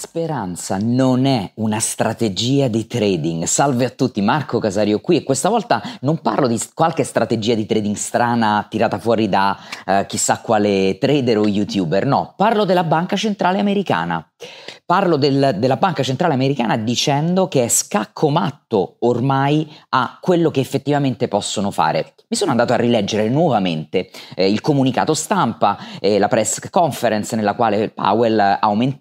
speranza non è una strategia di trading. Salve a tutti, Marco Casario qui e questa volta non parlo di qualche strategia di trading strana tirata fuori da chissà quale trader o youtuber, no, parlo della Banca Centrale Americana. Parlo della Banca Centrale Americana dicendo che è scaccomatto ormai a quello che effettivamente possono fare. Mi sono andato a rileggere nuovamente il comunicato stampa e la press conference nella quale Powell ha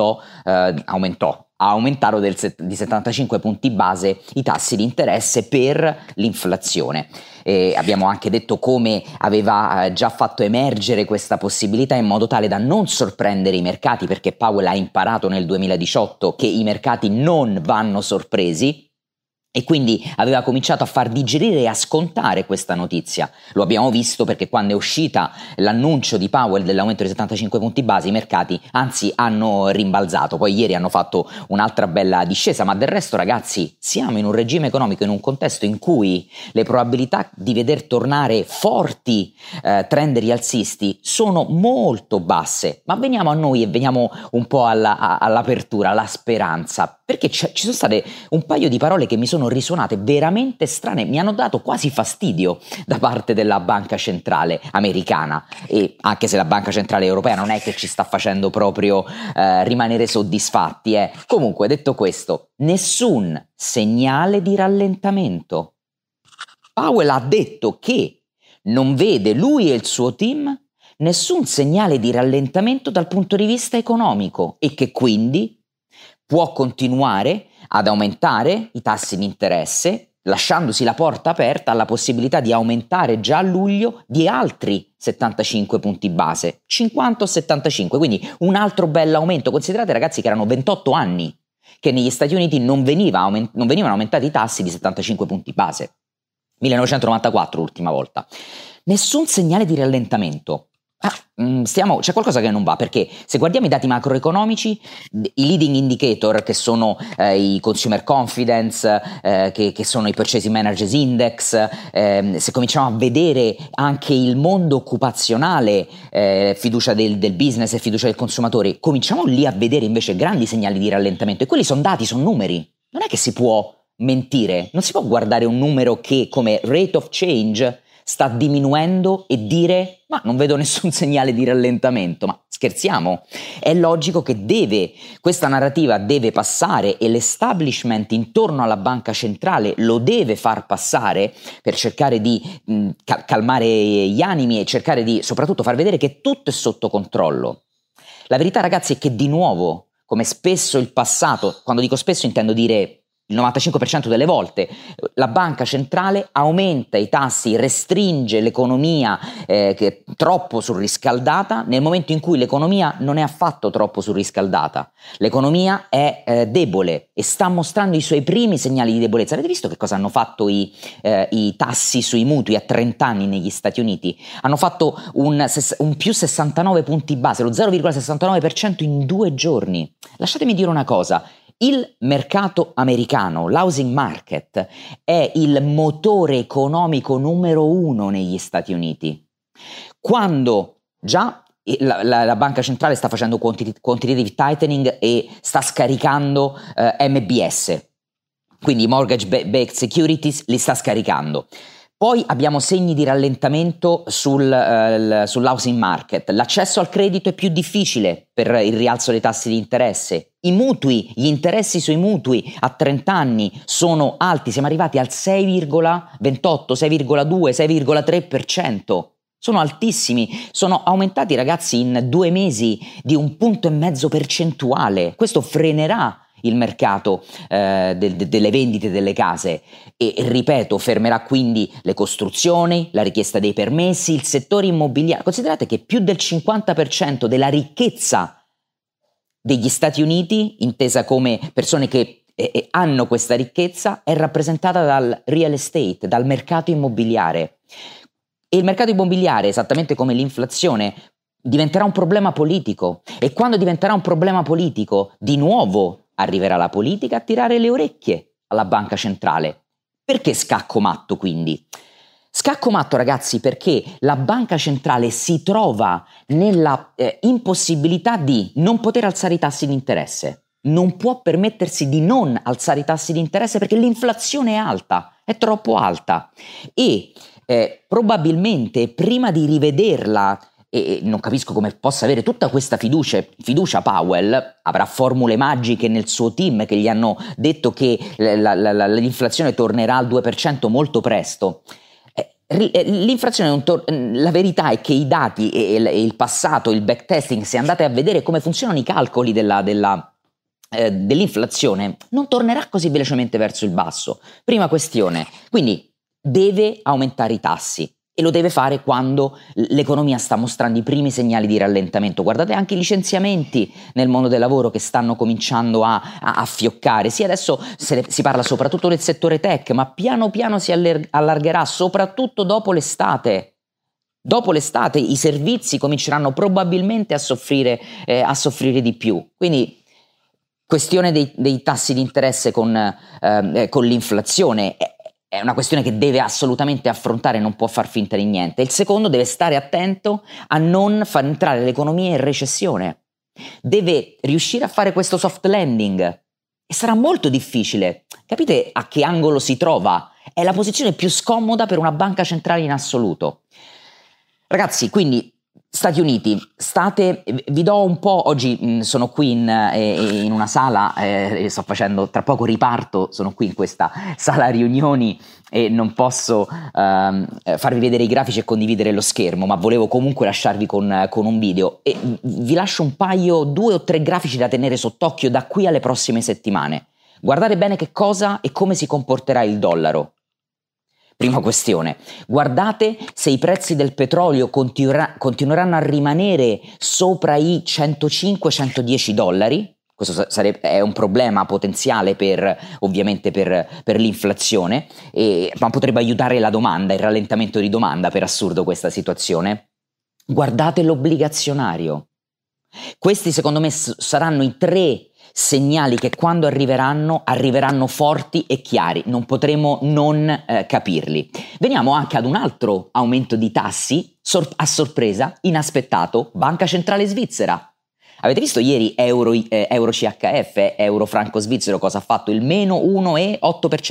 aumentato di 75 punti base i tassi di interesse per l'inflazione. Abbiamo anche detto come aveva già fatto emergere questa possibilità in modo tale da non sorprendere i mercati, perché Powell ha imparato nel 2018 che i mercati non vanno sorpresi. E quindi aveva cominciato a far digerire e a scontare questa notizia. Lo abbiamo visto perché quando è uscita l'annuncio di Powell dell'aumento di 75 punti base, i mercati anzi hanno rimbalzato. Poi ieri hanno fatto un'altra bella discesa, ma del resto ragazzi siamo in un regime economico, in un contesto in cui le probabilità di veder tornare forti trend rialzisti sono molto basse. Ma veniamo a noi e veniamo un po' all'apertura, alla speranza, perché ci sono state un paio di parole che mi sono risuonate veramente strane, mi hanno dato quasi fastidio da parte della Banca Centrale Americana, e anche se la Banca Centrale Europea non è che ci sta facendo proprio rimanere soddisfatti. Comunque, detto questo, nessun segnale di rallentamento. Powell ha detto che non vede, lui e il suo team, nessun segnale di rallentamento dal punto di vista economico e che quindi può continuare ad aumentare i tassi di interesse, lasciandosi la porta aperta alla possibilità di aumentare già a luglio di altri 75 punti base, 50 o 75, quindi un altro bell'aumento. Considerate ragazzi che erano 28 anni che negli Stati Uniti non venivano aumentati i tassi di 75 punti base, 1994 l'ultima volta. Nessun segnale di rallentamento. C'è qualcosa che non va, perché se guardiamo i dati macroeconomici, i leading indicator che sono i consumer confidence, che sono i purchasing managers index, se cominciamo a vedere anche il mondo occupazionale, fiducia del business e fiducia del consumatore, cominciamo lì a vedere invece grandi segnali di rallentamento, e quelli sono dati, sono numeri, non è che si può mentire, non si può guardare un numero che come rate of change sta diminuendo e dire ma non vedo nessun segnale di rallentamento. Ma scherziamo? È logico che questa narrativa deve passare, e l'establishment intorno alla banca centrale lo deve far passare per cercare di calmare gli animi e cercare di soprattutto far vedere che tutto è sotto controllo. La verità ragazzi è che di nuovo, come spesso il passato, quando dico spesso intendo dire il 95% delle volte, la banca centrale aumenta i tassi, restringe l'economia che è troppo surriscaldata nel momento in cui l'economia non è affatto troppo surriscaldata. L'economia è debole e sta mostrando i suoi primi segnali di debolezza. Avete visto che cosa hanno fatto i tassi sui mutui a 30 anni negli Stati Uniti? Hanno fatto un più 69 punti base, lo 0,69% in 2 giorni. Lasciatemi dire una cosa. Il mercato americano, l'housing market, è il motore economico numero 1 negli Stati Uniti. Quando già la banca centrale sta facendo quantitative tightening e sta scaricando MBS, quindi mortgage backed securities, li sta scaricando. Poi abbiamo segni di rallentamento sull'housing market, l'accesso al credito è più difficile per il rialzo dei tassi di interesse, gli interessi sui mutui a 30 anni sono alti, siamo arrivati al 6,28, 6,2, 6,3%, sono altissimi, sono aumentati ragazzi in 2 mesi di 1,5 punti percentuale, questo frenerà il mercato delle vendite delle case e ripeto fermerà quindi le costruzioni, la richiesta dei permessi, il settore immobiliare. Considerate che più del 50% della ricchezza degli Stati Uniti, intesa come persone che hanno questa ricchezza, è rappresentata dal real estate, dal mercato immobiliare, e il mercato immobiliare, esattamente come l'inflazione, diventerà un problema politico, e quando diventerà un problema politico di nuovo arriverà la politica a tirare le orecchie alla banca centrale. Perché scacco matto quindi? Scacco matto ragazzi perché la banca centrale si trova nella impossibilità di non poter alzare i tassi di interesse. non può permettersi di non alzare i tassi di interesse perché l'inflazione è alta, è troppo alta e probabilmente prima di rivederla, e non capisco come possa avere tutta questa fiducia Powell, avrà formule magiche nel suo team che gli hanno detto che l'inflazione tornerà al 2% molto presto. L'inflazione la verità è che i dati e il passato, il backtesting, se andate a vedere come funzionano i calcoli dell'inflazione, non tornerà così velocemente verso il basso. Prima questione, quindi deve aumentare i tassi e lo deve fare quando l'economia sta mostrando i primi segnali di rallentamento. Guardate anche i licenziamenti nel mondo del lavoro che stanno cominciando a fioccare. Sì, adesso si parla soprattutto del settore tech, ma piano piano si allargherà, soprattutto dopo l'estate. Dopo l'estate i servizi cominceranno probabilmente a soffrire di più. Quindi questione dei tassi di interesse con l'inflazione è una questione che deve assolutamente affrontare, non può far finta di niente. Il secondo, deve stare attento a non far entrare l'economia in recessione. Deve riuscire a fare questo soft landing e sarà molto difficile. Capite a che angolo si trova? È la posizione più scomoda per una banca centrale in assoluto. Ragazzi, quindi Stati Uniti, vi do un po', oggi sono qui in una sala, sto facendo, tra poco riparto, sono qui in questa sala riunioni e non posso farvi vedere i grafici e condividere lo schermo, ma volevo comunque lasciarvi con un video e vi lascio 2 o 3 grafici da tenere sott'occhio da qui alle prossime settimane. Guardate bene che cosa e come si comporterà il dollaro. Prima questione, guardate se i prezzi del petrolio continueranno a rimanere sopra i 105-110 dollari. Questo è un problema potenziale ovviamente per l'inflazione, ma potrebbe aiutare la domanda, il rallentamento di domanda, per assurdo questa situazione. Guardate l'obbligazionario. Questi secondo me saranno i 3 segnali che quando arriveranno forti e chiari, non potremo non capirli. Veniamo anche ad un altro aumento di tassi a sorpresa, inaspettato, Banca Centrale Svizzera. Avete visto ieri euro CHF, euro franco svizzero, cosa ha fatto? Il meno 1,8%,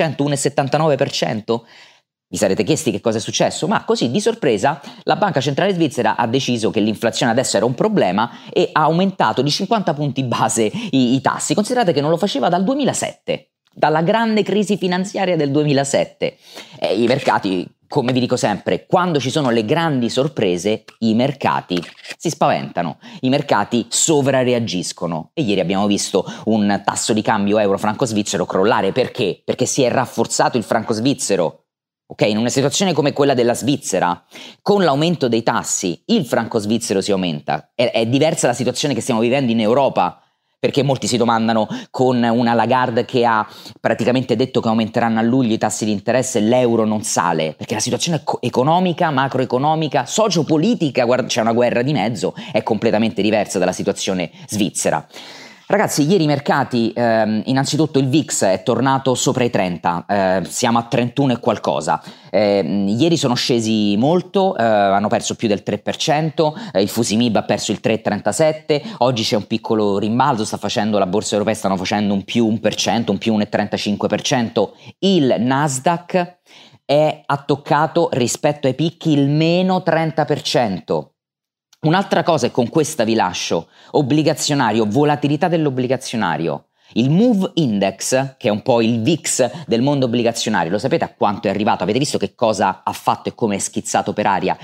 1,79%? Vi sarete chiesti che cosa è successo? Ma così di sorpresa la Banca Centrale Svizzera ha deciso che l'inflazione adesso era un problema e ha aumentato di 50 punti base i tassi. Considerate che non lo faceva dal 2007, dalla grande crisi finanziaria del 2007. I mercati, come vi dico sempre, quando ci sono le grandi sorprese, i mercati si spaventano, i mercati sovrareagiscono. E ieri abbiamo visto un tasso di cambio euro-franco svizzero crollare. Perché? Perché si è rafforzato il franco svizzero. Ok, in una situazione come quella della Svizzera, con l'aumento dei tassi, il franco svizzero si aumenta. È diversa la situazione che stiamo vivendo in Europa, perché molti si domandano, con una Lagarde che ha praticamente detto che aumenteranno a luglio i tassi di interesse, l'euro non sale, perché la situazione economica, macroeconomica, sociopolitica, c'è una guerra di mezzo, è completamente diversa dalla situazione svizzera. Ragazzi, ieri i mercati, innanzitutto il VIX è tornato sopra i 30, siamo a 31 e qualcosa. Ieri sono scesi molto, hanno perso più del 3%, il Fusimib ha perso il 3,37%, oggi c'è un piccolo rimbalzo, la borsa europea stanno facendo un più 1%, un più 1,35%, il Nasdaq ha toccato rispetto ai picchi il meno 30%. Un'altra cosa, e con questa vi lascio, obbligazionario, volatilità dell'obbligazionario. Il Move Index, che è un po' il VIX del mondo obbligazionario, lo sapete a quanto è arrivato? Avete visto che cosa ha fatto e come è schizzato per aria?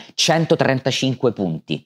135 punti.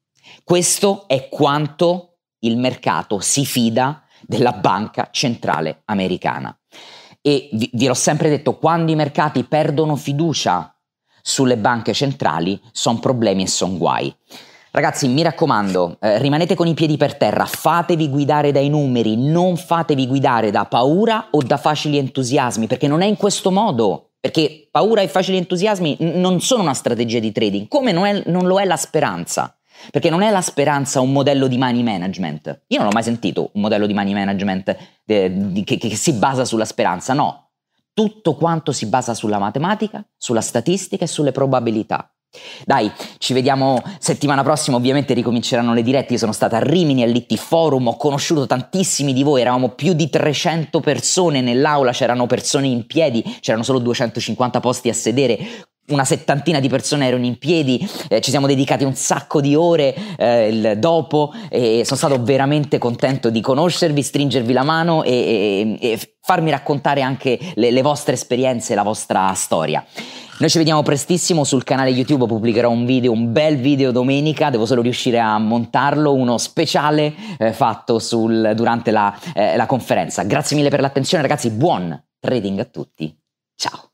Questo è quanto il mercato si fida della banca centrale americana. E vi l'ho sempre detto, quando i mercati perdono fiducia sulle banche centrali, sono problemi e sono guai. Ragazzi, mi raccomando, rimanete con i piedi per terra, fatevi guidare dai numeri, non fatevi guidare da paura o da facili entusiasmi, perché non è in questo modo, perché paura e facili entusiasmi non sono una strategia di trading, come non lo è la speranza, perché non è la speranza un modello di money management. Io non ho mai sentito un modello di money management che si basa sulla speranza, no. Tutto quanto si basa sulla matematica, sulla statistica e sulle probabilità. Dai, ci vediamo settimana prossima, ovviamente ricominceranno le dirette. Io sono stata a Rimini all'IT Forum, ho conosciuto tantissimi di voi, eravamo più di 300 persone nell'aula, c'erano persone in piedi, c'erano solo 250 posti a sedere, una settantina di persone erano in piedi, ci siamo dedicati un sacco di ore dopo e sono stato veramente contento di conoscervi, stringervi la mano e farmi raccontare anche le vostre esperienze, la vostra storia. Noi ci vediamo prestissimo sul canale YouTube, pubblicherò un bel video domenica, devo solo riuscire a montarlo, uno speciale fatto durante la conferenza. Grazie mille per l'attenzione ragazzi, buon trading a tutti, ciao!